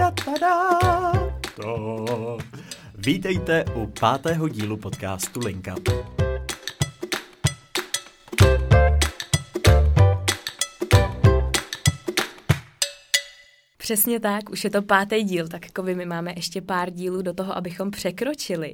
Vítejte u 5. dílu podcastu Linka. Přesně tak, už je to 5. díl, tak jako my máme ještě pár dílů do toho, abychom překročili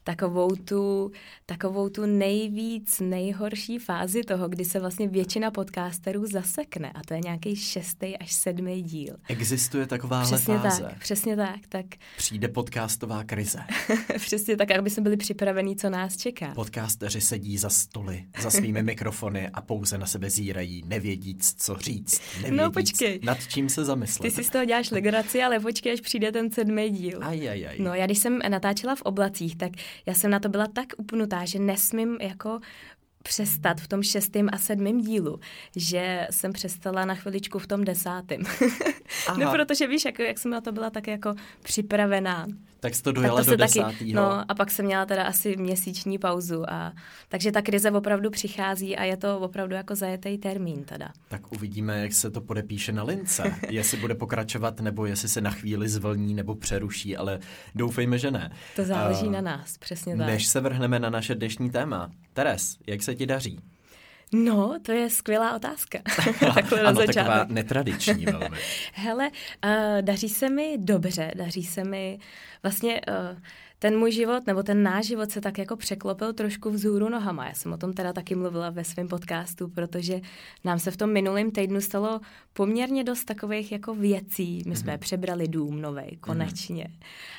takovou tu nejhorší fázi toho, kdy se vlastně většina podcasterů zasekne a to je nějaký 6. až 7. díl. Existuje takováhle fáze? Přesně tak. Přijde podcastová krize. Přesně tak, aby jsme byli připravení, co nás čeká. Podcasteři sedí za stoly, za svými mikrofony a pouze na sebe zírají, nevědí, co říct, nad čím se zamyslet. Ty si z toho děláš legraci, ale počkej, až přijde ten 7. díl. No, já když jsem natáčela v Oblacích, tak já jsem na to byla tak upnutá, že nesmím jako přestat v tom 6. a 7. dílu, že jsem přestala na chviličku v tom 10. No, protože víš, jak jsem na to byla tak jako připravená. Tak jsi to dojela do 10. No a pak jsem měla teda asi měsíční pauzu. Takže ta krize opravdu přichází a je to opravdu jako zajetý termín teda. Tak uvidíme, jak se to podepíše na lince. Jestli bude pokračovat, nebo jestli se na chvíli zvlní nebo přeruší, ale doufejme, že ne. To záleží na nás, přesně tak. Než se vrhneme na naše dnešní téma. Teres, jak se ti daří? No, to je skvělá otázka. Takhle na začátek. Taková netradiční velmi. Hele, daří se mi dobře, daří se mi vlastně ten můj život, nebo ten náš život se tak jako překlopil trošku vzhůru nohama. Já jsem o tom teda taky mluvila ve svém podcastu, protože nám se v tom minulém týdnu stalo poměrně dost takových jako věcí. My jsme přebrali dům novej, konečně.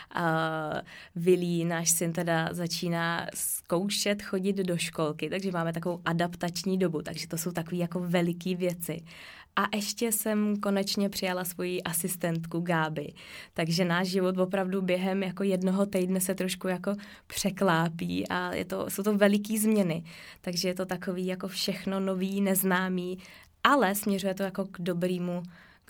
Vilí, náš syn teda začíná zkoušet chodit do školky, takže máme takovou adaptační dobu, takže to jsou takové jako veliký věci. A ještě jsem konečně přijala svoji asistentku Gáby, takže náš život opravdu během jako jednoho týdne se trošku jako překlápí a jsou to veliký změny, takže je to takový jako všechno nový, neznámý, ale směřuje to jako k dobrému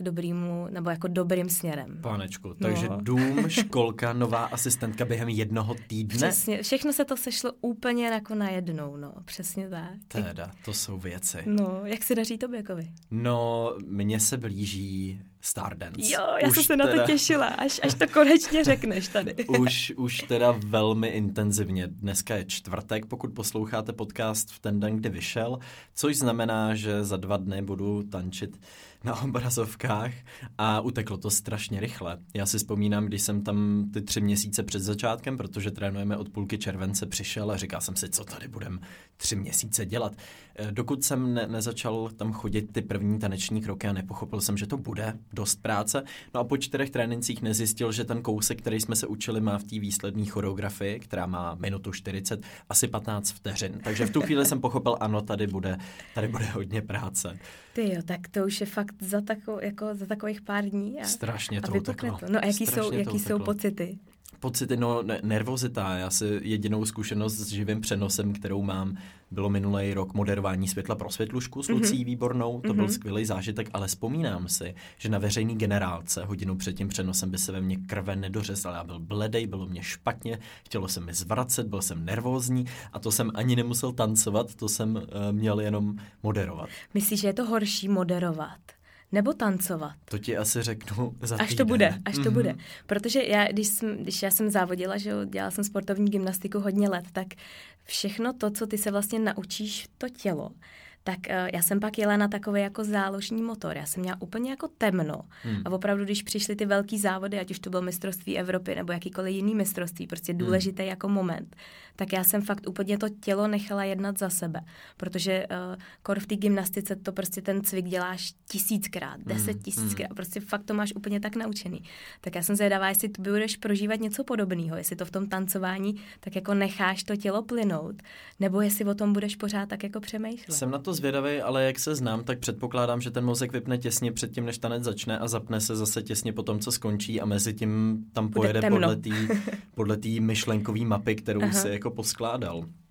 nebo jako dobrým směrem. Pánečku, takže dům, školka, nová asistentka během jednoho týdne? Přesně, všechno se to sešlo úplně jako najednou, přesně tak. Teda, to jsou věci. No, jak se daří tobě, Kovi? No, mně se blíží Stardance. Jo, já jsem se na to těšila, až to konečně řekneš tady. Už teda velmi intenzivně. Dneska je čtvrtek, pokud posloucháte podcast v ten den, kdy vyšel, což znamená, že za 2 dny budu tančit na obrazovkách a uteklo to strašně rychle. Já si vzpomínám, když jsem tam ty 3 měsíce před začátkem, protože trénujeme od půlky července, přišel a říkal jsem si, co tady budem 3 měsíce dělat. Dokud jsem nezačal tam chodit ty první taneční kroky a nepochopil jsem, že to bude dost práce. No a po 4 trénincích nezjistil, že ten kousek, který jsme se učili, má v té výsledné choreografii, která má minutu 40, asi 15 vteřin. Takže v tu chvíli jsem pochopil, ano, tady bude hodně práce. Ty jo, tak to už je fakt za takových pár dní. Strašně to uteklo. No a jaký jsou pocity? Pocity, nervozita. Já si jedinou zkušenost s živým přenosem, kterou mám, bylo minulý rok moderování Světla pro světlušku s Lucí Výbornou. To byl skvělý zážitek, ale vzpomínám si, že na veřejný generálce hodinu před tím přenosem by se ve mně krve nedořezala. Já byl bledej, bylo mě špatně, chtělo se mi zvracet, byl jsem nervózní a to jsem ani nemusel tancovat, to jsem měl jenom moderovat. Myslíš, že je to horší moderovat? Nebo tancovat? To ti asi řeknu za týden. Až to bude. Protože když já jsem závodila, že dělala jsem sportovní gymnastiku hodně let, tak všechno to, co ty se vlastně naučíš, to tělo, tak já jsem pak jela na takový jako záložní motor. Já jsem měla úplně jako temno. A opravdu, když přišly ty velký závody, ať už to bylo mistrovství Evropy nebo jakýkoliv jiný mistrovství, prostě důležitý jako moment, tak já jsem fakt úplně to tělo nechala jednat za sebe. Protože kor v té gymnastice to prostě ten cvik děláš 1000krát, 10 000krát. Prostě fakt to máš úplně tak naučený. Tak já jsem zvědavá, jestli ty budeš prožívat něco podobného, jestli to v tom tancování tak jako necháš to tělo plynout, nebo jestli o tom budeš pořád tak jako přemýšlet. Jsem na to zvědavý, ale jak se znám, tak předpokládám, že ten mozek vypne těsně předtím, než tanec začne a zapne se zase těsně po tom, co skončí a mezi tím tam pojede podle té myšlenkové mapy, kterou si jako poskládal.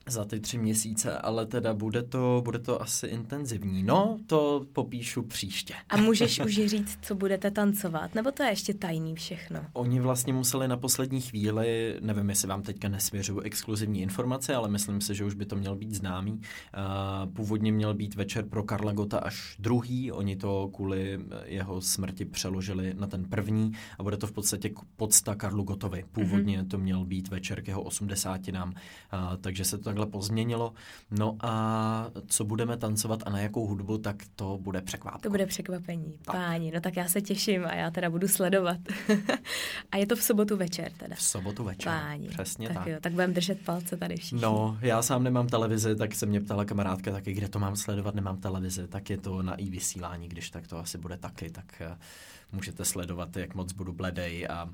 za ty 3 měsíce, ale teda bude to asi intenzivní. No, to popíšu příště. A můžeš už říct, co budete tancovat? Nebo to je ještě tajný všechno? Oni vlastně museli na poslední chvíli, nevím, jestli vám teďka nesvěřuju exkluzivní informace, ale myslím si, že už by to měl být známý. Původně měl být večer pro Karla Gotta až druhý, oni to kvůli jeho smrti přeložili na ten první a bude to v podstatě pocta Karlu Gottovi. Původně to měl být večer k jeho 80, takže se to takhle pozměnilo. No a co budeme tancovat a na jakou hudbu, tak to bude překvapení. To bude překvapení. Páni, no tak já se těším a já teda budu sledovat. A je to v sobotu večer teda. V sobotu večer, Páni. Přesně tak. tak. Jo, tak budeme držet palce tady všichni. No, já sám nemám televizi, tak se mě ptala kamarádka taky, kde to mám sledovat, nemám televizi, tak je to na iVysílání, když tak to asi bude taky, tak můžete sledovat, jak moc budu bledej a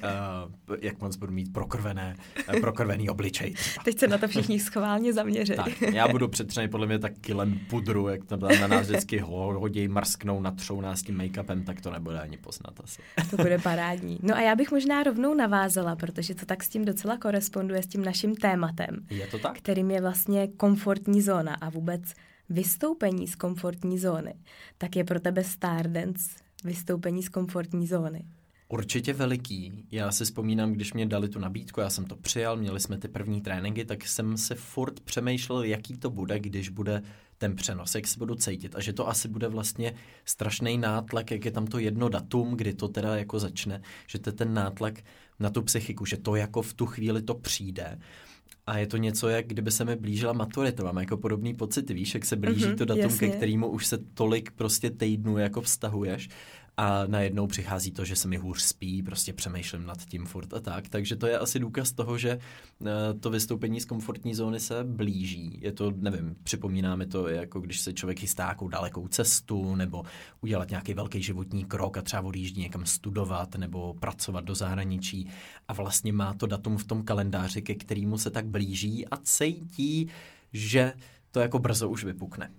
jak moc budu mít prokrvený obličej. Třeba. Teď se na to všichni schválně zaměří. Tak, já budu přetřený podle mě tak kilem pudru, jak tam na nás vždycky hodí, marsknou, natřou nás tím make-upem, tak to nebude ani poznat asi. To bude parádní. No a já bych možná rovnou navázala, protože to tak s tím docela koresponduje s tím naším tématem. Je to tak? Kterým je vlastně komfortní zóna a vůbec vystoupení z komfortní zóny. Tak je pro tebe Stardance vystoupení z komfortní zóny? Určitě veliký. Já si vzpomínám, když mě dali tu nabídku, já jsem to přijal, měli jsme ty první tréninky, tak jsem se furt přemýšlel, jaký to bude, když bude ten přenos, jak se budu cítit. A že to asi bude vlastně strašný nátlak, jak je tam to jedno datum, kdy to teda jako začne, že to je ten nátlak na tu psychiku, že to jako v tu chvíli to přijde. A je to něco, jak kdyby se mi blížila maturita. Mám jako podobný pocit, víš, jak se blíží to datum, jasně. ke kterému už se tolik prostě týdnů jako vztahuješ a najednou přichází to, že se mi hůř spí, prostě přemýšlím nad tím furt a tak. Takže to je asi důkaz toho, že to vystoupení z komfortní zóny se blíží. Je to, nevím, připomíná mi to, jako když se člověk chystá nějakou dalekou cestu nebo udělat nějaký velký životní krok a třeba odjíždí někam studovat nebo pracovat do zahraničí a vlastně má to datum v tom kalendáři, ke kterému se tak blíží a cítí, že to jako brzo už vypukne.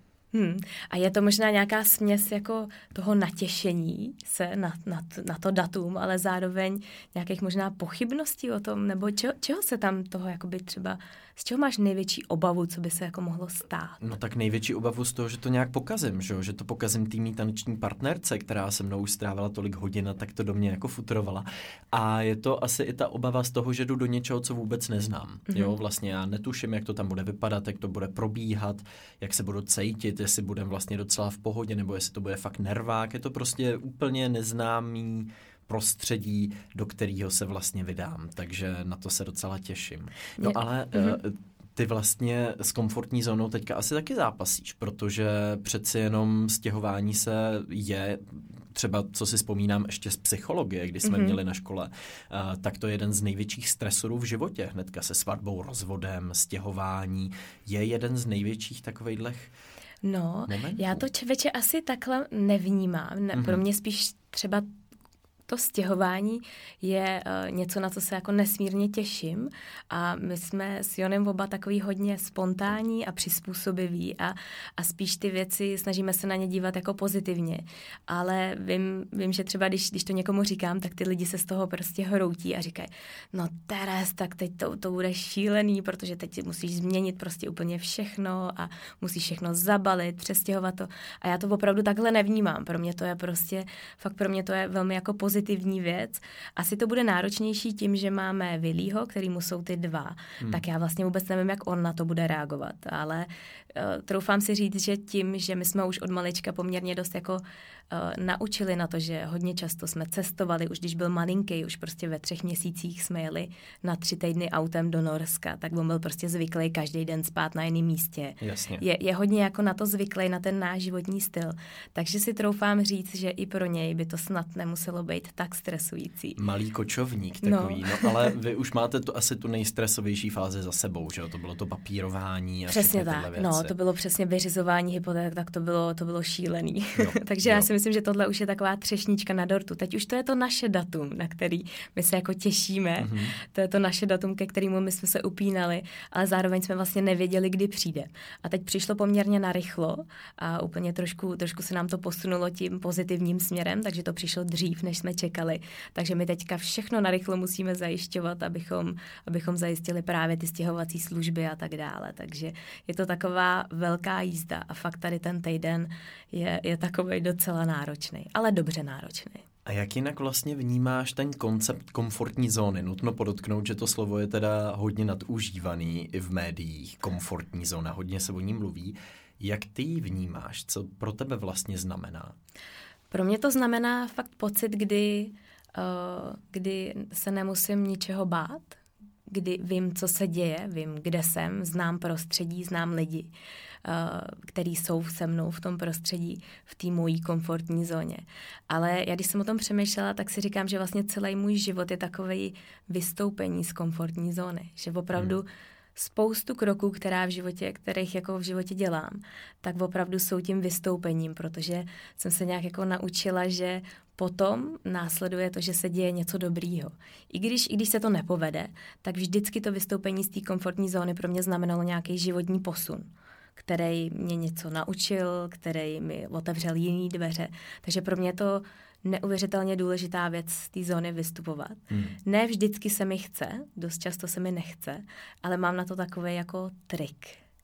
A je to možná nějaká směs jako toho natěšení se na to datum, ale zároveň nějakých možná pochybností o tom, nebo čeho se tam toho jakoby třeba, z čeho máš největší obavu, co by se jako mohlo stát? No tak největší obavu z toho, že to nějak pokazím, že to pokazím týmí taneční partnerce, která se mnou už strávila tolik hodin a tak to do mě jako futrovala. A je to asi i ta obava z toho, že jdu do něčeho, co vůbec neznám. Jo, vlastně já netuším, jak to tam bude vypadat, jak to bude probíhat, jak se budu cítit, jestli budem vlastně docela v pohodě, nebo jestli to bude fakt nervák. Je to prostě úplně neznámý prostředí, do kterého se vlastně vydám. Takže na to se docela těším. No ale ty vlastně s komfortní zónou teďka asi taky zápasíš, protože přeci jenom stěhování se je třeba, co si vzpomínám ještě z psychologie, kdy jsme měli na škole, tak to je jeden z největších stresorů v životě. Hnedka se svatbou, rozvodem, stěhování je jeden z největších takovejhlech momentů. Já to člověče asi takhle nevnímám. Pro mě spíš třeba to stěhování je něco, na co se jako nesmírně těším a my jsme s Jonem oba takový hodně spontánní a přizpůsobiví a spíš ty věci snažíme se na ně dívat jako pozitivně, ale vím, že třeba když to někomu říkám, tak ty lidi se z toho prostě hroutí a říkají, no Teres, tak teď to bude šílený, protože teď si musíš změnit prostě úplně všechno a musíš všechno zabalit, přestěhovat to a já to opravdu takhle nevnímám. Pro mě to je prostě, fakt pro mě to je velmi jako pozitivní věc. Asi to bude náročnější tím, že máme Willího, kterýmu jsou ty 2. Tak já vlastně vůbec nevím, jak on na to bude reagovat. Ale troufám si říct, že tím, že my jsme už od malička poměrně dost jako naučili na to, že hodně často jsme cestovali, už když byl malinký, už prostě ve 3 měsících jsme jeli na 3 týdny autem do Norska, tak on byl prostě zvyklý každý den spát na jiném místě. Jasně. Je hodně jako na to zvyklý, na ten náš životní styl. Takže si troufám říct, že i pro něj by to snad nemuselo být tak stresující. Malý kočovník takový, no ale vy už máte asi tu nejstresovější fázi za sebou, že jo? To bylo to papírování a přesně všechny tak, tyhle věci. no, to bylo přesně vyřizování hypoték, tak to bylo šílený. Jo, Takže já si myslím, že tohle už je taková třešnička na dortu. Teď už to je to naše datum, na který my se jako těšíme. To je to naše datum, ke kterému my jsme se upínali, ale zároveň jsme vlastně nevěděli, kdy přijde. A teď přišlo poměrně narychlo a úplně trošku se nám to posunulo tím pozitivním směrem, takže to přišlo dřív, než jsme čekali. Takže my teďka všechno narychlo musíme zajišťovat, abychom zajistili právě ty stěhovací služby a tak dále. Takže je to taková velká jízda a fakt tady ten týden je takový docela náročný, ale dobře náročný. A jak jinak vlastně vnímáš ten koncept komfortní zóny? Nutno podotknout, že to slovo je teda hodně nadužívaný i v médiích. Komfortní zóna, hodně se o ní mluví. Jak ty ji vnímáš? Co pro tebe vlastně znamená? Pro mě to znamená fakt pocit, kdy se nemusím ničeho bát, kdy vím, co se děje, vím, kde jsem, znám prostředí, znám lidi, který jsou se mnou v tom prostředí, v té mojí komfortní zóně. Ale já, když jsem o tom přemýšlela, tak si říkám, že vlastně celý můj život je takový vystoupení z komfortní zóny. Že opravdu spoustu kroků, kterých jako v životě dělám, tak opravdu jsou tím vystoupením, protože jsem se nějak jako naučila, že potom následuje to, že se děje něco dobrýho. I když se to nepovede, tak vždycky to vystoupení z té komfortní zóny pro mě znamenalo nějaký životní posun, který mě něco naučil, který mi otevřel jiný dveře. Takže pro mě je to neuvěřitelně důležitá věc z té zóny vystupovat. Ne vždycky se mi chce, dost často se mi nechce, ale mám na to takový jako trik.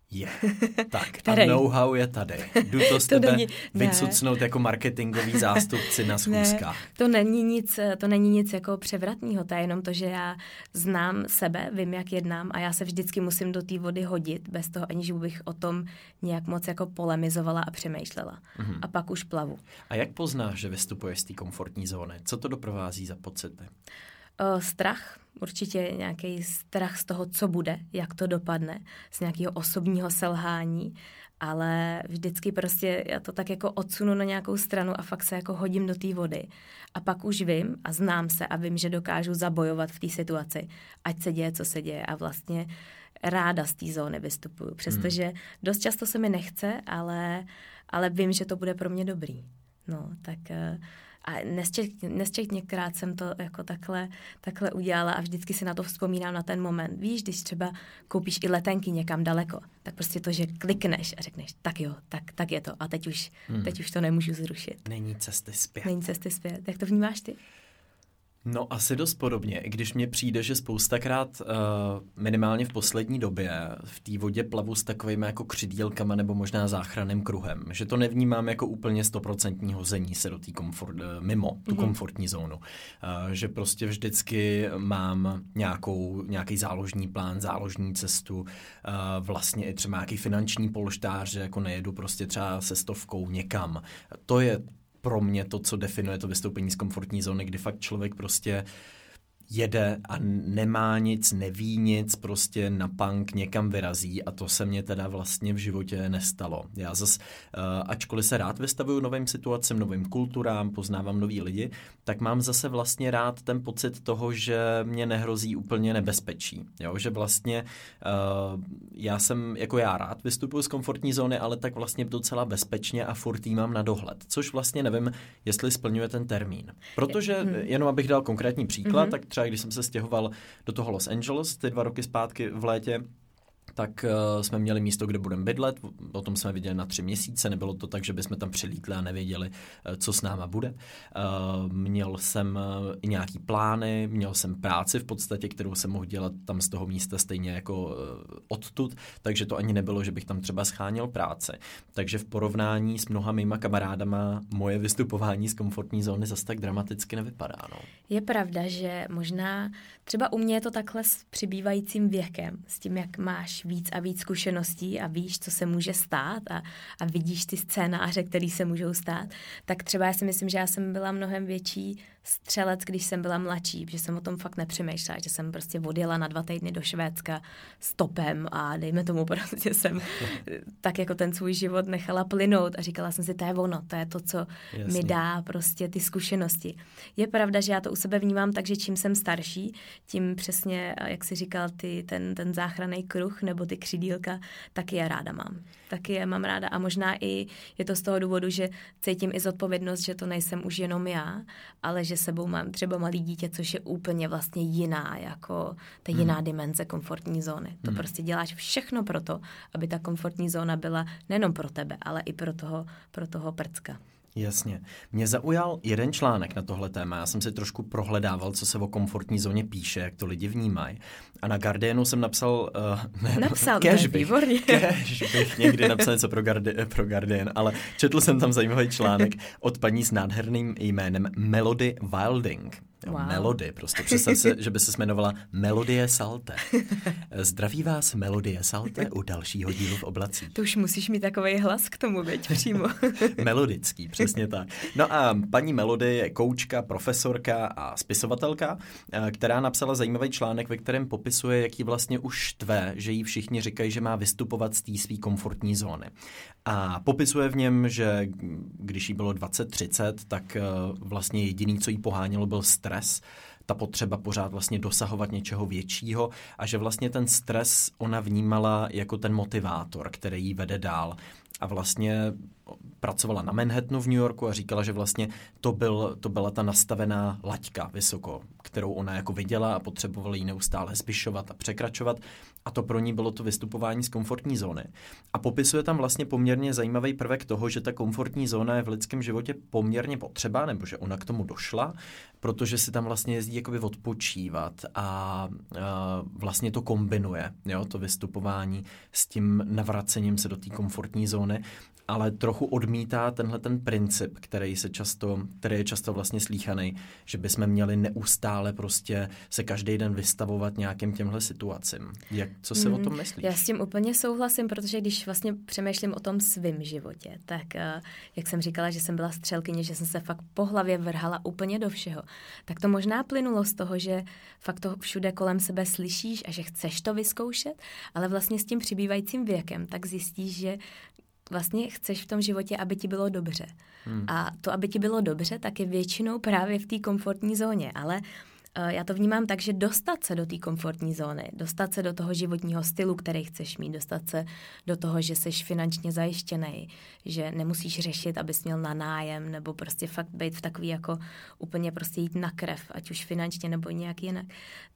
Tak, a know-how je tady. Jdu to z tebe vycucnout jako marketingový zástupci na schůzkách. Ne, to není nic jako převratného, to je jenom to, že já znám sebe, vím, jak jednám a já se vždycky musím do té vody hodit, bez toho, aniž bych o tom nějak moc jako polemizovala a přemýšlela. A pak už plavu. A jak poznáš, že vystupuješ z té komfortní zóny? Co to doprovází za pocity? Strach, určitě nějaký strach z toho, co bude, jak to dopadne, z nějakého osobního selhání, ale vždycky prostě já to tak jako odsunu na nějakou stranu a fakt se jako hodím do té vody. A pak už vím a znám se a vím, že dokážu zabojovat v té situaci, ať se děje, co se děje a vlastně ráda z té zóny vystupuju, přestože dost často se mi nechce, ale vím, že to bude pro mě dobrý. No, tak... A nesčetněkrát jsem to jako takhle udělala a vždycky si na to vzpomínám na ten moment. Víš, když třeba koupíš i letenky někam daleko, tak prostě to, že klikneš a řekneš, tak jo, tak je to. A teď už to nemůžu zrušit. Není cesty zpět. Jak to vnímáš ty? No asi dost podobně, i když mně přijde, že spoustakrát minimálně v poslední době v té vodě plavu s takovými jako křidílkama nebo možná záchranným kruhem, že to nevnímám jako úplně 100% hození se do té mimo tu komfortní zónu, že prostě vždycky mám nějaký záložní plán, záložní cestu, vlastně i třeba nějaký finanční polštář, že jako nejedu prostě třeba se 100 někam. To je pro mě to, co definuje to vystoupení z komfortní zóny, kdy fakt člověk prostě jede a nemá nic, neví nic, prostě na punk někam vyrazí a to se mně teda vlastně v životě nestalo. Já zas, ačkoliv se rád vystavuju novým situacím, novým kulturám, poznávám nový lidi, tak mám zase vlastně rád ten pocit toho, že mě nehrozí úplně nebezpečí. Jo? Že vlastně já rád vystupuju z komfortní zóny, ale tak vlastně docela bezpečně a furt jí mám na dohled, což vlastně nevím, jestli splňuje ten termín. Protože, jenom abych dal konkrétní příklad, tak třeba když jsem se stěhoval do toho Los Angeles ty 2 roky zpátky v létě, tak jsme měli místo, kde budeme bydlet, o tom jsme viděli na 3 měsíce, nebylo to tak, že bychom tam přilítli a nevěděli, co s náma bude. Měl jsem i nějaký plány, měl jsem práci v podstatě, kterou jsem mohl dělat tam z toho místa stejně jako odtud, takže to ani nebylo, že bych tam třeba scháněl práci. Takže v porovnání s mnoha mýma kamarádama moje vystupování z komfortní zóny zase tak dramaticky nevypadá. No. Je pravda, že možná třeba u mě je to takhle s přibývajícím věkem, s tím, jak máš víc a víc zkušeností a víš, co se může stát a vidíš ty scénáře, které se můžou stát, tak třeba já si myslím, že já jsem byla mnohem větší střelec, když jsem byla mladší, že jsem o tom fakt nepřemýšlela, že jsem prostě odjela na 2 týdny do Švédska stopem a dejme tomu prostě jsem tak jako ten svůj život nechala plynout a říkala jsem si, to je ono, to je to, co mi dá prostě ty zkušenosti. Je pravda, že já to u sebe vnímám tak, že čím jsem starší, tím přesně, jak jsi říkal, ten záchranný kruh nebo ty křidílka, taky je ráda mám. Taky je mám ráda a možná i je to z toho důvodu, že cítím i zodpovědnost, že to nejsem už jenom já, ale že sebou mám třeba malý dítě, což je úplně vlastně jiná, jako ta jiná dimenze komfortní zóny. To prostě děláš všechno pro to, aby ta komfortní zóna byla nejenom pro tebe, ale i pro toho prcka. Jasně. Mě zaujal jeden článek na tohle téma. Já jsem si trošku prohledával, co se o komfortní zóně píše, jak to lidi vnímají. A na Guardianu jsem napsal... Cash bych někdy napsal něco pro Guardian, ale četl jsem tam zajímavý článek od paní s nádherným jménem Melody Wilding. Wow. Melody, prostě představ se, že by se jmenovala Melodie Salte. Zdraví vás Melodie Salte u dalšího dílu v oblacích. To už musíš mít takovej hlas k tomu, veď přímo. Melodický, přesně tak. No a paní Melody je koučka, profesorka a spisovatelka, která napsala zajímavý článek, ve kterém popisuje, jak jí vlastně už štve, že jí všichni říkají, že má vystupovat z té své komfortní zóny. A popisuje v něm, že když jí bylo 20-30, tak vlastně jediný, co jí pohánělo, byl stres, ta potřeba pořád vlastně dosahovat něčeho většího a že vlastně ten stres ona vnímala jako ten motivátor, který jí vede dál. A vlastně pracovala na Manhattanu v New Yorku a říkala, že vlastně to byla ta nastavená laťka vysoko, kterou ona jako viděla a potřebovala ji neustále zvyšovat a překračovat. A to pro ní bylo to vystupování z komfortní zóny. A popisuje tam vlastně poměrně zajímavý prvek toho, že ta komfortní zóna je v lidském životě poměrně potřeba, nebo že ona k tomu došla, protože si tam vlastně jezdí jakoby odpočívat a vlastně to kombinuje, jo, to vystupování s tím navracením se do té komfortní zóny, ale trochu odmítá tenhle ten princip, který je často vlastně slýchaný, že bychom měli neustále prostě se každý den vystavovat nějakým těmhle situacím. Co si o tom myslíš? Já s tím úplně souhlasím, protože když vlastně přemýšlím o tom svém životě, tak jak jsem říkala, že jsem byla střelkyně, že jsem se fakt po hlavě vrhala úplně do všeho, tak to možná plynulo z toho, že fakt to všude kolem sebe slyšíš a že chceš to vyzkoušet, ale vlastně s tím přibývajícím věkem tak zjistíš, že vlastně chceš v tom životě, aby ti bylo dobře. A to, aby ti bylo dobře, tak je většinou právě v té komfortní zóně, ale já to vnímám tak, že dostat se do té komfortní zóny, dostat se do toho životního stylu, který chceš mít, dostat se do toho, že jsi finančně zajištěnej, že nemusíš řešit, abys měl na nájem, nebo prostě fakt být v takový jako úplně prostě jít na krev, ať už finančně nebo nějak jinak,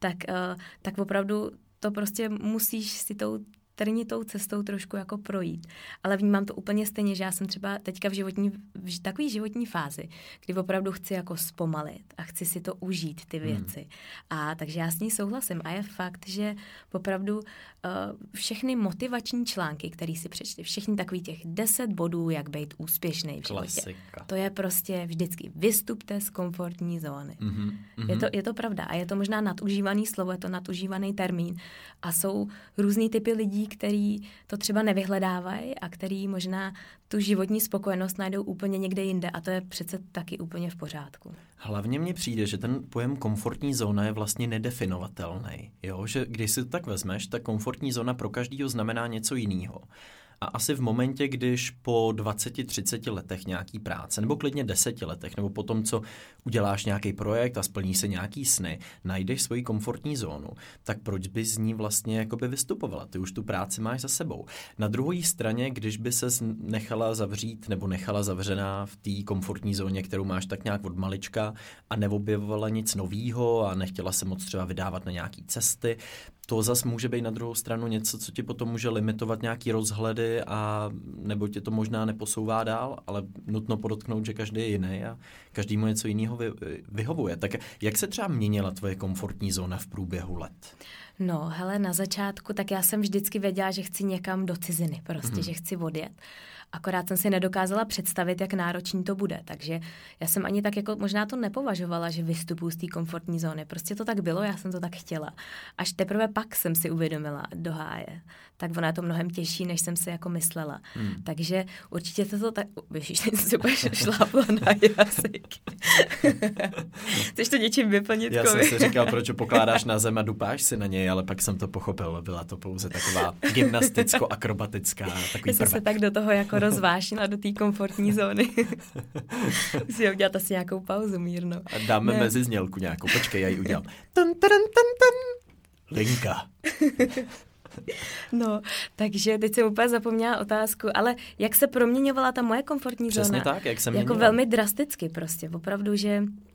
tak opravdu to prostě musíš si tou trnitou cestou trošku jako projít. Ale vnímám to úplně stejně, že já jsem třeba teďka v takové životní fázi, kdy opravdu chci jako zpomalit a chci si to užít, ty věci. A takže já s ní souhlasím. A je fakt, že opravdu všechny motivační články, které si přečti, všechny takový těch 10 bodů, jak být úspěšný v životě. Klasika. To je prostě vždycky vystupte z komfortní zóny. Je to pravda. A je to možná nadužívaný slovo, je to nadužívaný termín. A jsou různý typy lidí, který to třeba nevyhledávají a který možná tu životní spokojenost najdou úplně někde jinde a to je přece taky úplně v pořádku. Hlavně mně přijde, že ten pojem komfortní zóna je vlastně nedefinovatelný. Jo? Že když si to tak vezmeš, tak komfortní zóna pro každýho znamená něco jiného. A asi v momentě, když po 20-30 letech nějaký práce, nebo klidně 10 letech, nebo po tom, co uděláš nějaký projekt a splníš se nějaký sny, najdeš svoji komfortní zónu, tak proč bys z ní vlastně jakoby vystupovala? Ty už tu práci máš za sebou. Na druhé straně, když by ses nechala zavřít nebo nechala zavřená v té komfortní zóně, kterou máš tak nějak od malička a neobjevovala nic novýho a nechtěla se moc třeba vydávat na nějaký cesty, to zas může být na druhou stranu něco, co ti potom může limitovat nějaký rozhledy a nebo tě to možná neposouvá dál, ale nutno podotknout, že každý je jiný a každému něco jiného vyhovuje. Tak jak se třeba měnila tvoje komfortní zóna v průběhu let? No, hele, na začátku, tak já jsem vždycky věděla, že chci někam do ciziny, prostě, že chci odjet. Akorát jsem si nedokázala představit, jak náročný to bude, takže já jsem ani tak jako možná to nepovažovala, že vystupuji z té komfortní zóny. Prostě to tak bylo, já jsem to tak chtěla. Až teprve pak jsem si uvědomila do háje. Tak ona je to mnohem těžší, než jsem si jako myslela. Takže určitě to tak... Ježiš, jsem si úplně šlápla na jazyk. Chceš to něčím vyplnit? Já jsem si říkal, proč ho pokládáš na zem a dupáš si na něj, ale pak jsem to pochopil. Byla to pouze taková gymnasticko-akrobatická takový prvek. Se tak do toho jako rozvášnila do té komfortní zóny. Musím udělat asi nějakou pauzu mírnou. A dáme mezi znělku nějakou. Počkej, já ji udělám. Linka. No, takže teď jsem úplně zapomněla otázku, ale jak se proměňovala ta moje komfortní zóna? Přesně tak, jak se měnila. Jako velmi drasticky prostě, opravdu, že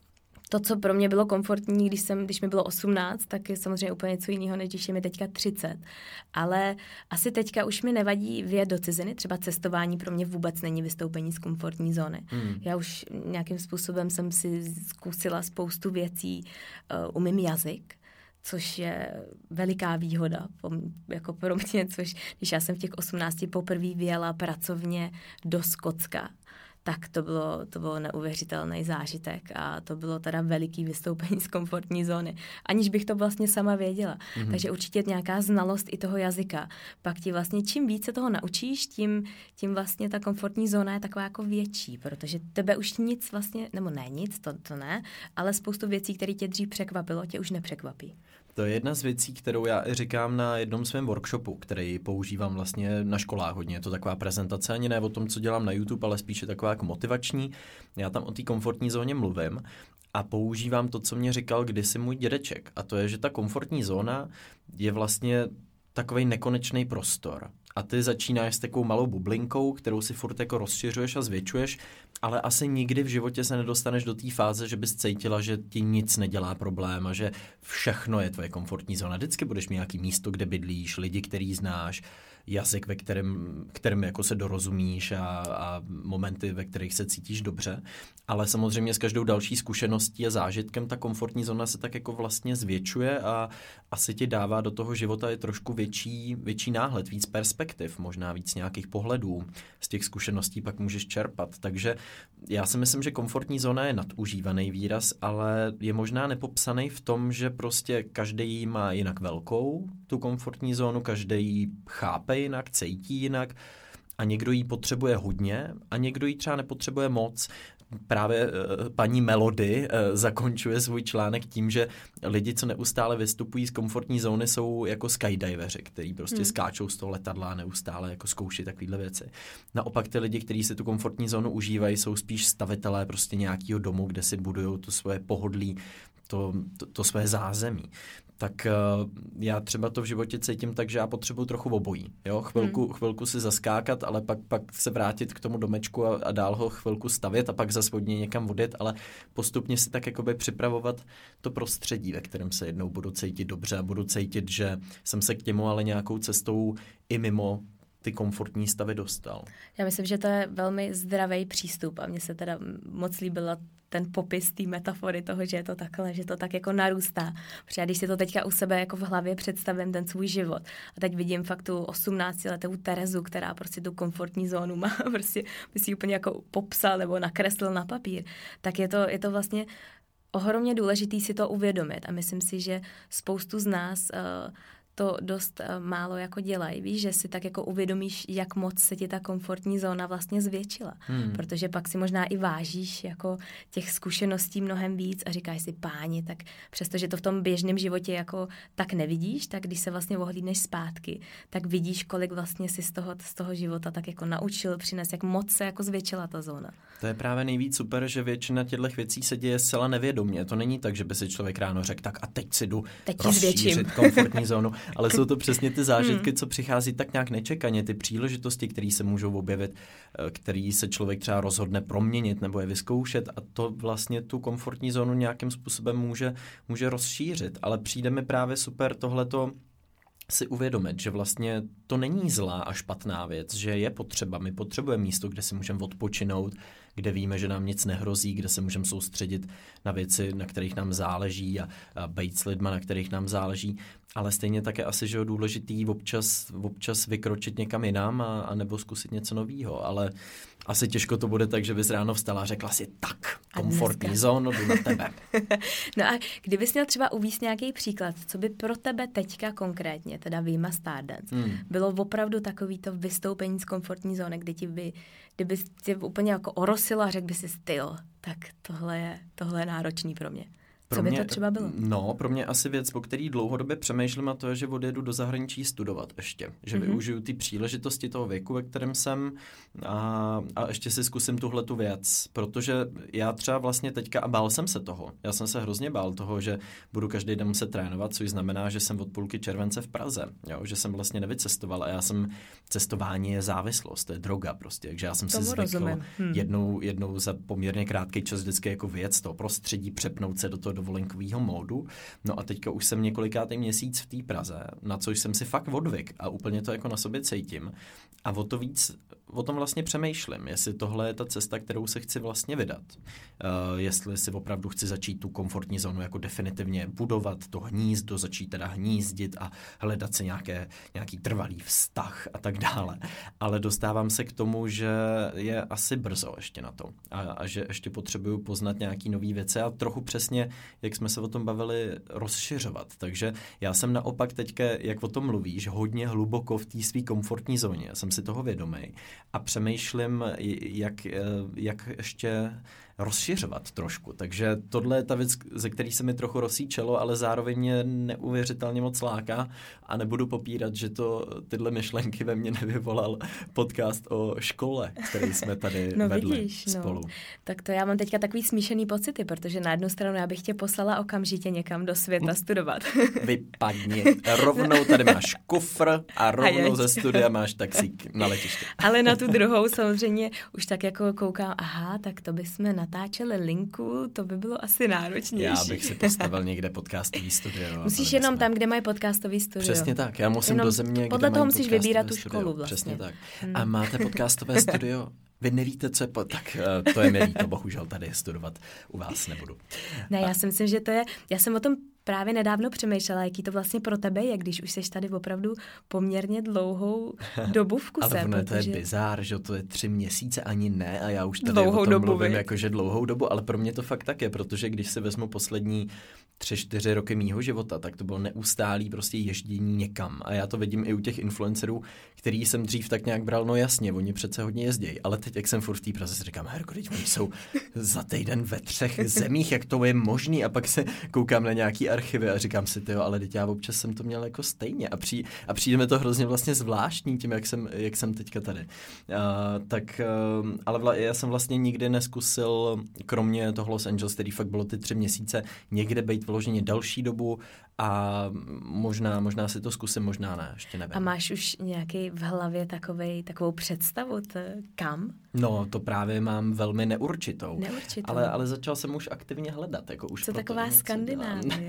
to, co pro mě bylo komfortní, když mi bylo 18, tak je samozřejmě úplně něco jiného, než když je mi teďka 30. Ale asi teďka už mi nevadí vyjet do ciziny, třeba cestování pro mě vůbec není vystoupení z komfortní zóny. Já už nějakým způsobem jsem si zkusila spoustu věcí, umím jazyk, což je veliká výhoda jako pro mě, což když já jsem v těch 18 poprvé vyjela pracovně do Skotska, tak to bylo neuvěřitelný zážitek a to bylo teda veliký vystoupení z komfortní zóny, aniž bych to vlastně sama věděla. Takže určitě nějaká znalost i toho jazyka. Pak ti vlastně čím více toho naučíš, tím vlastně ta komfortní zóna je taková jako větší, protože tebe už nic vlastně, nebo ne nic, to ne, ale spoustu věcí, které tě dřív překvapilo, tě už nepřekvapí. To je jedna z věcí, kterou já i říkám na jednom svém workshopu, který používám vlastně na školách hodně. Je to taková prezentace, ani ne o tom, co dělám na YouTube, ale spíše taková jako motivační. Já tam o té komfortní zóně mluvím a používám to, co mě říkal kdysi můj dědeček. A to je, že ta komfortní zóna je vlastně takovej nekonečný prostor. A ty začínáš s takovou malou bublinkou, kterou si furt jako rozšiřuješ a zvětšuješ, ale asi nikdy v životě se nedostaneš do té fáze, že bys cítila, že ti nic nedělá problém a že všechno je tvoje komfortní zóna. Vždycky budeš mít nějaký místo, kde bydlíš, lidi, který znáš, jazyk, ve kterém jako se dorozumíš a momenty, ve kterých se cítíš dobře. Ale samozřejmě s každou další zkušeností a zážitkem ta komfortní zóna se tak jako vlastně zvětšuje a asi ti dává do toho života je trošku větší náhled, víc perspektiv, možná víc nějakých pohledů. Z těch zkušeností pak můžeš čerpat. Takže já si myslím, že komfortní zóna je nadužívaný výraz, ale je možná nepopsaný v tom, že prostě každý má jinak velkou tu komfortní zónu, každý chápe jinak, cítí jinak a někdo ji potřebuje hodně a někdo ji třeba nepotřebuje moc. Právě paní Melody zakončuje svůj článek tím, že lidi, co neustále vystupují z komfortní zóny, jsou jako skydiveři, kteří prostě skáčou z toho letadla a neustále jako zkouší takovéhle věci. Naopak ty lidi, kteří si tu komfortní zónu užívají, jsou spíš stavitelé prostě nějakého domu, kde si budujou to svoje pohodlí, to své zázemí. Tak já třeba to v životě cítím tak, že já potřebuji trochu obojí. Jo? Chvilku si zaskákat, ale pak se vrátit k tomu domečku a dál ho chvilku stavět a pak zase od něj někam odjet, ale postupně si tak jakoby připravovat to prostředí, ve kterém se jednou budu cítit dobře a budu cítit, že jsem se k němu ale nějakou cestou i mimo ty komfortní stavy dostal. Já myslím, že to je velmi zdravý přístup a mně se teda moc líbila ten popis té metafory toho, že je to takhle, že to tak jako narůstá. Protože když si to teďka u sebe jako v hlavě představím ten svůj život a teď vidím fakt tu 18letou Terezu, která prostě tu komfortní zónu má, prostě by si úplně jako popsal nebo nakreslil na papír, tak je to vlastně ohromně důležitý si to uvědomit a myslím si, že spoustu z nás to dost málo jako dělají. Víš, že si tak jako uvědomíš, jak moc se ti ta komfortní zóna vlastně zvětšila. Protože pak si možná i vážíš jako těch zkušeností mnohem víc a říkáš si, páni, tak přestože to v tom běžném životě jako tak nevidíš, tak když se vlastně ohlídneš zpátky, tak vidíš, kolik vlastně si z toho života tak jako naučil, přines, jak moc se jako zvětšila ta zóna. To je právě nejvíc super, že většina těchto věcí se děje zcela nevědomě. To není tak, že by si člověk ráno řekl, tak a teď si jdu rozšířit komfortní zónu. Ale jsou to přesně ty zážitky, co přichází tak nějak nečekaně, ty příležitosti, které se můžou objevit, který se člověk třeba rozhodne proměnit nebo je vyzkoušet a to vlastně tu komfortní zónu nějakým způsobem může rozšířit. Ale přijde mi právě super tohleto si uvědomit, že vlastně to není zlá a špatná věc, že je potřeba, my potřebujeme místo, kde si můžeme odpočinout, kde víme, že nám nic nehrozí, kde se můžeme soustředit na věci, na kterých nám záleží a být s lidma, na kterých nám záleží, ale stejně také asi, že je důležitý občas vykročit někam jinam a nebo zkusit něco nového, ale asi těžko to bude tak, že bys ráno vstala a řekla si tak, komfortní zónu, jdu na tebe. No a kdybys měl třeba uvést nějaký příklad, co by pro tebe teďka konkrétně, teda vyjma Stardance, bylo opravdu takovýto vystoupení z komfortní zóny, kdyby tě úplně jako orosilo a řekl by si styl, tak tohle je náročný pro mě. Co by to třeba bylo? No, pro mě asi věc, po který dlouhodobě přemýšlím, a to je, že odjedu do zahraničí studovat ještě. Že využiju ty příležitosti toho věku, ve kterém jsem a ještě si zkusím tuhletu věc. Protože já třeba vlastně teďka, a bál jsem se toho, já jsem se hrozně bál toho, že budu každý den muset trénovat, což znamená, že jsem od půlky července v Praze. Jo? Že jsem vlastně nevycestoval a cestování je závislost, to je droga prostě. Takže já jsem si zvykl jednou za poměrně krátký čas vždycky jako věc toho prostředí, přepnout se do toho dovolenkového módu. No a teďka už jsem několikátý měsíc v té Praze, na což jsem si fakt odvyk a úplně to jako na sobě cítím. A o to víc o tom vlastně přemýšlím, jestli tohle je ta cesta, kterou se chci vlastně vydat. Jestli si opravdu chci začít tu komfortní zónu jako definitivně budovat, to hnízdo, začít teda hnízdit a hledat si nějaký trvalý vztah a tak dále. Ale dostávám se k tomu, že je asi brzo ještě na to a že ještě potřebuju poznat nějaký nový věci a trochu přesně, jak jsme se o tom bavili, rozšiřovat. Takže já jsem naopak teďka, jak o tom mluvíš, hodně hluboko v té své komfortní zóně. Já jsem si toho vědomý a přemýšlím, jak ještě rozšiřovat trošku. Takže tohle je ta věc, ze který se mi trochu rozsíčelo, ale zároveň mě neuvěřitelně moc láká a nebudu popírat, že tyhle myšlenky ve mně nevyvolal podcast o škole, který jsme tady vedli spolu. Tak to já mám teďka takový smíšený pocity, protože na jednu stranu já bych tě poslala okamžitě někam do světa studovat. Vypadni. Rovnou tady máš kufr a rovnou ze studia máš taxík na letiště. Ale na tu druhou samozřejmě už tak jako koukám, tak to bychom natáčeli linku, to by bylo asi náročnější. Já bych si postavil někde podcastový studio. Musíš jenom tam, kde mají podcastový studio. Přesně tak, já musím do země, podle kde toho musíš vybírat tu studio. školu vlastně. Přesně tak. A máte podcastové studio? Vy nevíte, co je tak to je mi líto, bohužel tady studovat u vás nebudu. Ne, já si myslím, že to je, já jsem o tom právě nedávno přemýšlela, jaký to vlastně pro tebe je, když už seš tady opravdu poměrně dlouhou dobu v kuse. Ale protože... to je bizár, že to je 3 měsíce ani ne a já už tady o tom mluvím jakože dlouhou dobu, ale pro mě to fakt tak je, protože když si vezmu poslední 3-4 roky mýho života, tak to bylo neustálý prostě ježdění někam. A já to vidím i u těch influencerů, který jsem dřív tak nějak bral, no jasně, oni přece hodně jezdějí, ale teď, jak jsem furt v té Praze, si říkám, teď oni jsou za týden ve 3 zemích, jak to je možný, a pak se koukám na nějaký archivy a říkám si, ale teď já občas jsem to měl jako stejně a přijde mi to hrozně vlastně zvláštní tím, jak jsem teďka tady. Ale já jsem vlastně nikdy neskusil, kromě toho Los Angeles, který fakt bylo ty 3 měsíce, někde být vyloženě další dobu a možná si to zkusím, možná ne, ještě nevím. A máš už nějaký v hlavě takovou představu, kam? No, to právě mám velmi neurčitou. Neurčitou. Ale začal jsem už aktivně hledat. Jako už co taková Skandinávie?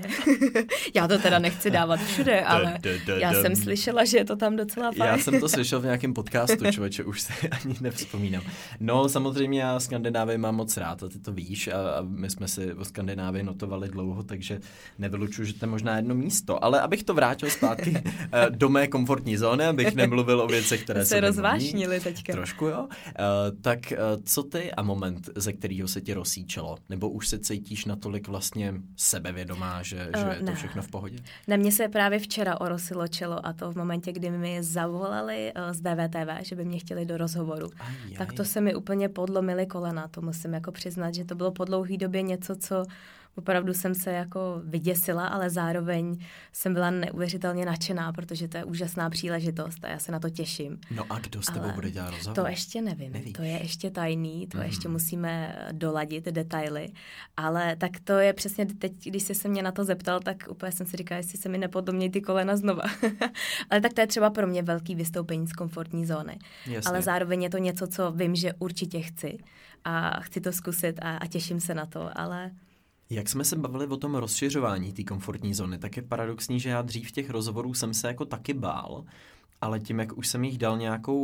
Já to teda nechci dávat všude, ale já jsem slyšela, že je to tam docela fajn. Já jsem to slyšel v nějakém podcastu, člověče, už si ani nevzpomínám. No, samozřejmě já Skandinávii mám moc rád, a ty to víš, a my jsme si o Skandinávii notovali dlouho, takže nevylučuju, že to je možná jedno místo. Ale abych to vrátil zpátky do mé komfortní zóny, abych nemluvil o věcech, které se rozvášnili teďka. Trošku, jo. Tak co ty a moment, ze kterého se ti rozsíčelo? Nebo už se cítíš natolik vlastně sebevědomá, že je to všechno v pohodě? Na mě se právě včera orosilo čelo, a to v momentě, kdy mi zavolali z BVTV, že by mě chtěli do rozhovoru. Tak to se mi úplně podlomily kolena, to musím jako přiznat, že to bylo po dlouhý době něco, co opravdu jsem se jako vyděsila, ale zároveň jsem byla neuvěřitelně nadšená, protože to je úžasná příležitost a já se na to těším. No a kdo s tebou bude dělat rozhovor? To ještě nevím. Nevíš. To je ještě tajný, to ještě musíme doladit detaily, ale tak to je přesně teď, když jsi se mě na to zeptal, tak úplně jsem si říkala, jestli se mi nepodlomí ty kolena znova. Ale tak to je třeba pro mě velký vystoupení z komfortní zóny. Jasně. Ale zároveň je to něco, co vím, že určitě chci a chci to zkusit a těším se na to, ale... Jak jsme se bavili o tom rozšiřování té komfortní zóny, tak je paradoxní, že já dřív těch rozhovorů jsem se jako taky bál, ale tím, jak už jsem jich dal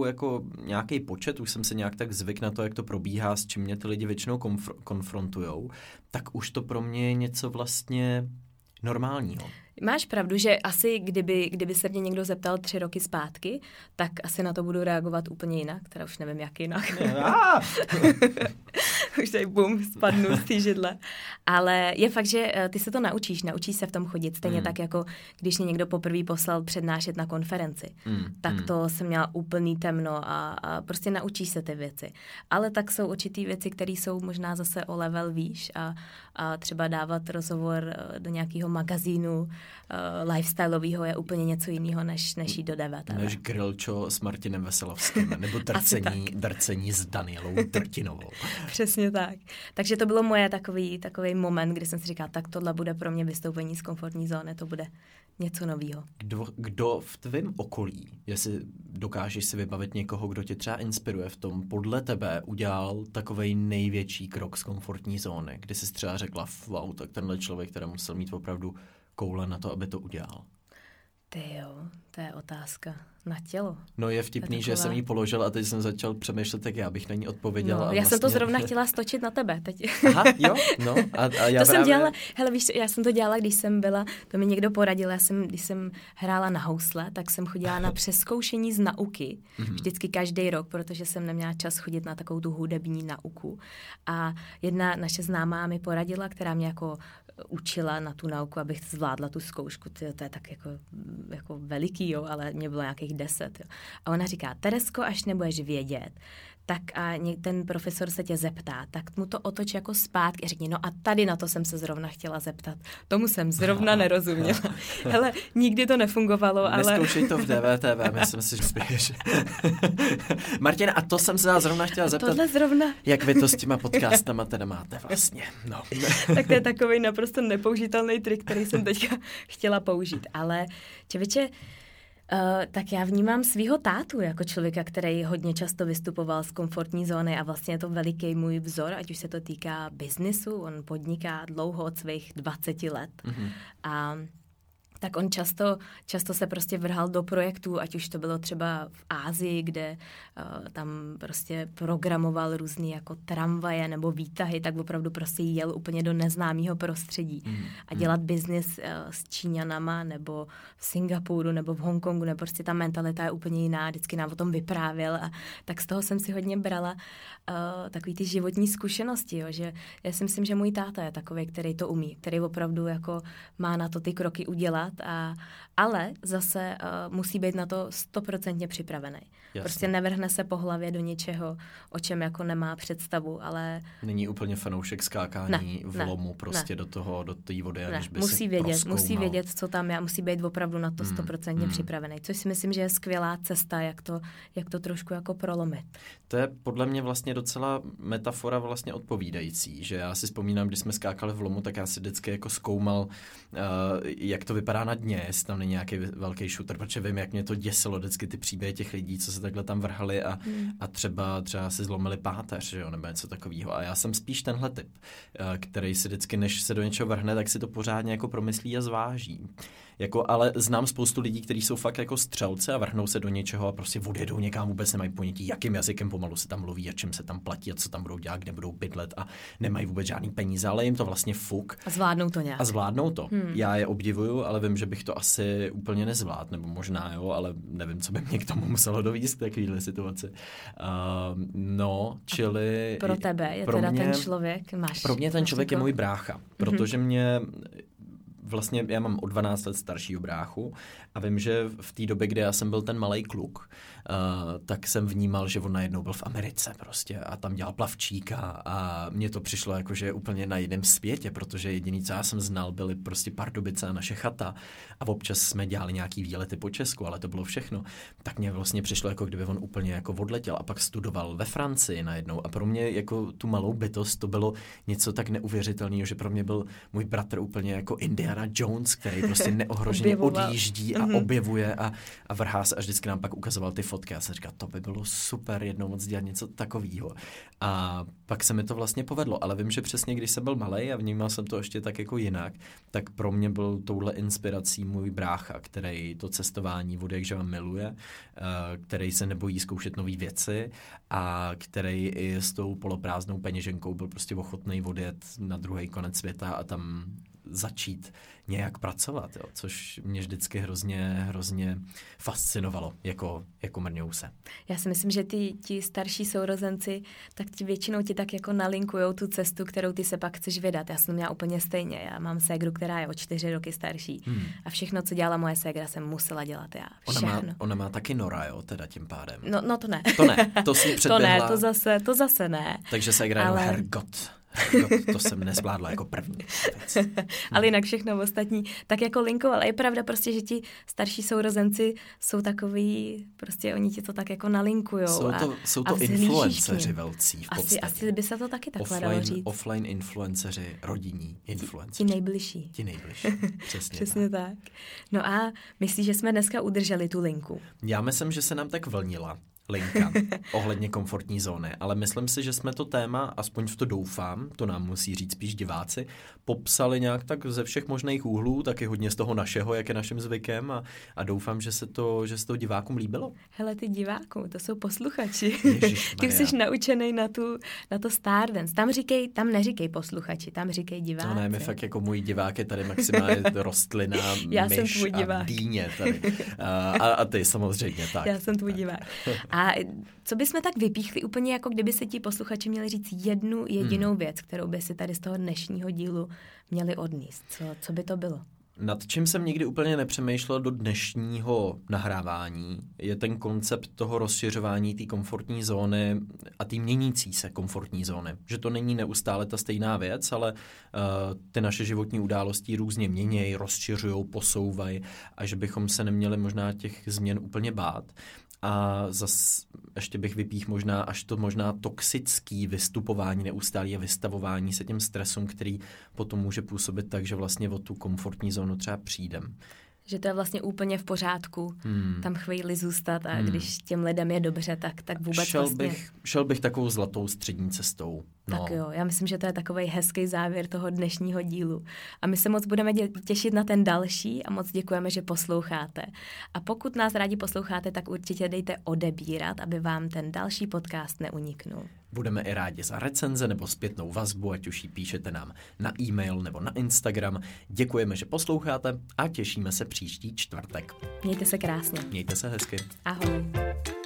nějaký počet, už jsem se nějak tak zvyk na to, jak to probíhá, s čím mě ty lidi většinou konfrontujou, tak už to pro mě je něco vlastně normálního. Máš pravdu, že asi kdyby se mě někdo zeptal 3 roky zpátky, tak asi na to budu reagovat úplně jinak, teda už nevím, jak jinak. už tady bum, spadnu z té židle. Ale je fakt, že ty se to naučíš se v tom chodit. Stejně tak, jako když mě někdo poprvé poslal přednášet na konferenci. Tak to jsem měla úplný temno a prostě naučíš se ty věci. Ale tak jsou určitý věci, které jsou možná zase o level výš a třeba dávat rozhovor do nějakého magazínu lifestyleového je úplně něco jiného, než jít do DVTV. Než grillčo s Martinem Veselovským, nebo drcení s Danielou Drtinovou. Přesně tak. Takže to bylo moje takový moment, kdy jsem si říkala, tak tohle bude pro mě vystoupení z komfortní zóny, to bude něco novýho. Kdo v tvém okolí, jestli dokážeš si vybavit někoho, kdo tě třeba inspiruje v tom, podle tebe udělal takovej největší krok z komfortní zóny, kdy jsi třeba řekla, wow, tak tenhle člověk, který musel mít opravdu koule na to, aby to udělal? Ty jo, to je otázka na tělo. No je vtipný, že jsem jí položil a teď jsem začal přemýšlet, tak já bych na ní odpověděl. No, já jsem to zrovna chtěla stočit na tebe teď. Aha, jo, no. A já to jsem dělala, hele víš, já jsem to dělala, když jsem byla, to mi někdo poradil, když jsem hrála na housle, tak jsem chodila na přezkoušení z nauky, vždycky každý rok, protože jsem neměla čas chodit na takovou tu hudební nauku. A jedna naše známá mi poradila, která mě jako učila na tu nauku, abych zvládla tu zkoušku. To je tak jako veliký, jo, ale mě bylo nějakých 10. Jo. A ona říká, Teresko, až nebudeš vědět, tak a ten profesor se tě zeptá, tak mu to otoč jako zpátky a řekni, no a tady na to jsem se zrovna chtěla zeptat. Tomu jsem zrovna nerozuměla. Hele, nikdy to nefungovalo, ale... Neskoušej to v DVTV, myslím si, že spíš. Martina, a to jsem se zrovna chtěla zeptat. Tohle zrovna. Jak vy to s těma podcastama teda máte vlastně? No. Tak to je takový naprosto nepoužitelný trik, který jsem teďka chtěla použít. Ale čevěče, tak já vnímám svýho tátu jako člověka, který hodně často vystupoval z komfortní zóny a vlastně je to veliký můj vzor, ať už se to týká biznisu, on podniká dlouho od svých 20 let. A tak on často se prostě vrhal do projektů, ať už to bylo třeba v Ázii, kde tam prostě programoval různý jako tramvaje nebo výtahy, tak opravdu prostě jel úplně do neznámého prostředí. A dělat biznis s Číňanama nebo v Singapuru nebo v Hongkongu, nebo prostě ta mentalita je úplně jiná, vždycky nám o tom vyprávěl a tak z toho jsem si hodně brala takový ty životní zkušenosti, jo, že já si myslím, že můj táta je takový, který to umí, který opravdu jako má na to ty kroky udělat. Ale zase musí být na to 100% připravený. Prostě nevrhne se po hlavě do něčeho, o čem jako nemá představu, ale... Není úplně fanoušek skákání v lomu prostě do té vody, aniž by si prozkoumal. Musí vědět, co tam je, musí být opravdu na to 100% připravený. Což si myslím, že je skvělá cesta, jak to trošku jako prolomit. To je podle mě vlastně docela metafora vlastně odpovídající, že já si vzpomínám, když jsme skákali v lomu, tak já si vždycky jako zkoumal, jak to vypadá na dně, jestli tam není nějaký velký šuter, protože vím, jak mě to děsilo vždycky ty příběhy těch lidí, co se takhle tam vrhali a třeba si zlomili páteř, že jo, nebo něco takového. A já jsem spíš tenhle typ, který si vždycky, než se do něčeho vrhne, tak si to pořádně jako promyslí a zváží. Ale znám spoustu lidí, kteří jsou fakt jako střelci a vrhnou se do něčeho a prostě odjedou někam, vůbec nemají ponětí, jakým jazykem pomalu se tam mluví a čím se tam platí a co tam budou dělat, kde budou bydlet a nemají vůbec žádný peníze, ale jim to vlastně fuk. A zvládnou to nějak. A zvládnou to. Já je obdivuju, ale vím, že bych to asi úplně nezvládl, nebo možná jo, ale nevím, co by mě k tomu muselo dovést v takovéhle situaci. Čili... Pro tebe je teda ten člověk, pro mě ten člověk je můj brácha, protože mě... Vlastně já mám o 12 let staršího bráchu a vím, že v té době, kdy já jsem byl ten malej kluk, tak jsem vnímal, že on najednou byl v Americe prostě a tam dělal plavčíka a mně to přišlo jako, že je úplně na jiném světě, protože jediný, co já jsem znal, byly prostě Pardubice a naše chata a občas jsme dělali nějaký výlety po Česku, ale to bylo všechno. Tak mně vlastně přišlo, jako kdyby on úplně jako odletěl a pak studoval ve Francii najednou a pro mě jako tu malou bytost to bylo něco tak neuvěřitelného, že pro mě byl můj bratr úplně jako Indiana Jones, který prostě neohroženě odjíždí a objevuje a vrhá se a vždycky nám pak ukazoval ty fotky. Já jsem říkal, to by bylo super jednou moc dělat něco takového. A pak se mi to vlastně povedlo, ale vím, že přesně když jsem byl malej a vnímal jsem to ještě tak jako jinak, tak pro mě byl touhle inspirací můj brácha, který to cestování od jak živa miluje, který se nebojí zkoušet nové věci a který i s tou poloprázdnou peněženkou byl prostě ochotný odjet na druhý konec světa a tam začít nějak pracovat, jo, což mě vždycky hrozně fascinovalo jako mrňouse. Já si myslím, že ti starší sourozenci, tak většinou ti tak jako nalinkujou tu cestu, kterou ty se pak chceš vydat. Já jsem měla úplně stejně. Já mám ségru, která je o 4 roky starší. A všechno, co dělala moje ségra, jsem musela dělat já. Ona má taky nora, jo, teda tím pádem. No to ne. To si předběhla. To zase ne. Takže ségra je hergot. To jsem nezvládla jako první věc. Ale jinak všechno ostatní tak jako linkoval. Je pravda prostě, že ti starší sourozenci jsou takový, prostě oni ti to tak jako nalinkujou. Jsou to influenceři velcí v podstatě. Asi by se to taky takhle dalo říct. Offline influenceři, rodinní influenceři. Ti nejbližší. Přesně tak. No a myslíš, že jsme dneska udrželi tu linku? Já myslím, že se nám tak vlnila linka ohledně komfortní zóny, ale myslím si, že jsme to téma, aspoň v to doufám, to nám musí říct spíš diváci, popsali nějak tak ze všech možných úhlů, taky hodně z toho našeho, jak je naším zvykem a doufám, že se to divákům líbilo. Hele, ty diváků, to jsou posluchači. Ty jsi naučený na to Stardance. Tam neříkej posluchači, tam říkej diváci. No ne, my fakt jako můj divák je tady maximálně rostlina, já myš jsem tvůj divák. A dýně tady. A ty samozřejmě tak. Já jsem tvůj divák. A co bychom tak vypíchli úplně, jako kdyby se ti posluchači měli říct jednu jedinou věc, kterou by si tady z toho dnešního dílu měli odníst. Co by to bylo? Nad čím jsem nikdy úplně nepřemýšlel do dnešního nahrávání, je ten koncept toho rozšiřování té komfortní zóny a té měnící se komfortní zóny. Že to není neustále ta stejná věc, ale ty naše životní události různě měnějí, rozšiřují, posouvají a že bychom se neměli možná těch změn úplně bát. A zase ještě bych vypích možná toxický vystupování, neustálé vystavování se těm stresům, který potom může působit tak, že vlastně o tu komfortní zónu třeba přijdem. Že to je vlastně úplně v pořádku tam chvíli zůstat a když těm lidem je dobře, tak vůbec Šel bych takovou zlatou střední cestou. No. Tak jo, já myslím, že to je takovej hezký závěr toho dnešního dílu. A my se moc budeme těšit na ten další a moc děkujeme, že posloucháte. A pokud nás rádi posloucháte, tak určitě dejte odebírat, aby vám ten další podcast neuniknul. Budeme i rádi za recenze nebo zpětnou vazbu, ať už ji píšete nám na e-mail nebo na Instagram. Děkujeme, že posloucháte a těšíme se příští čtvrtek. Mějte se krásně. Mějte se hezky. Ahoj.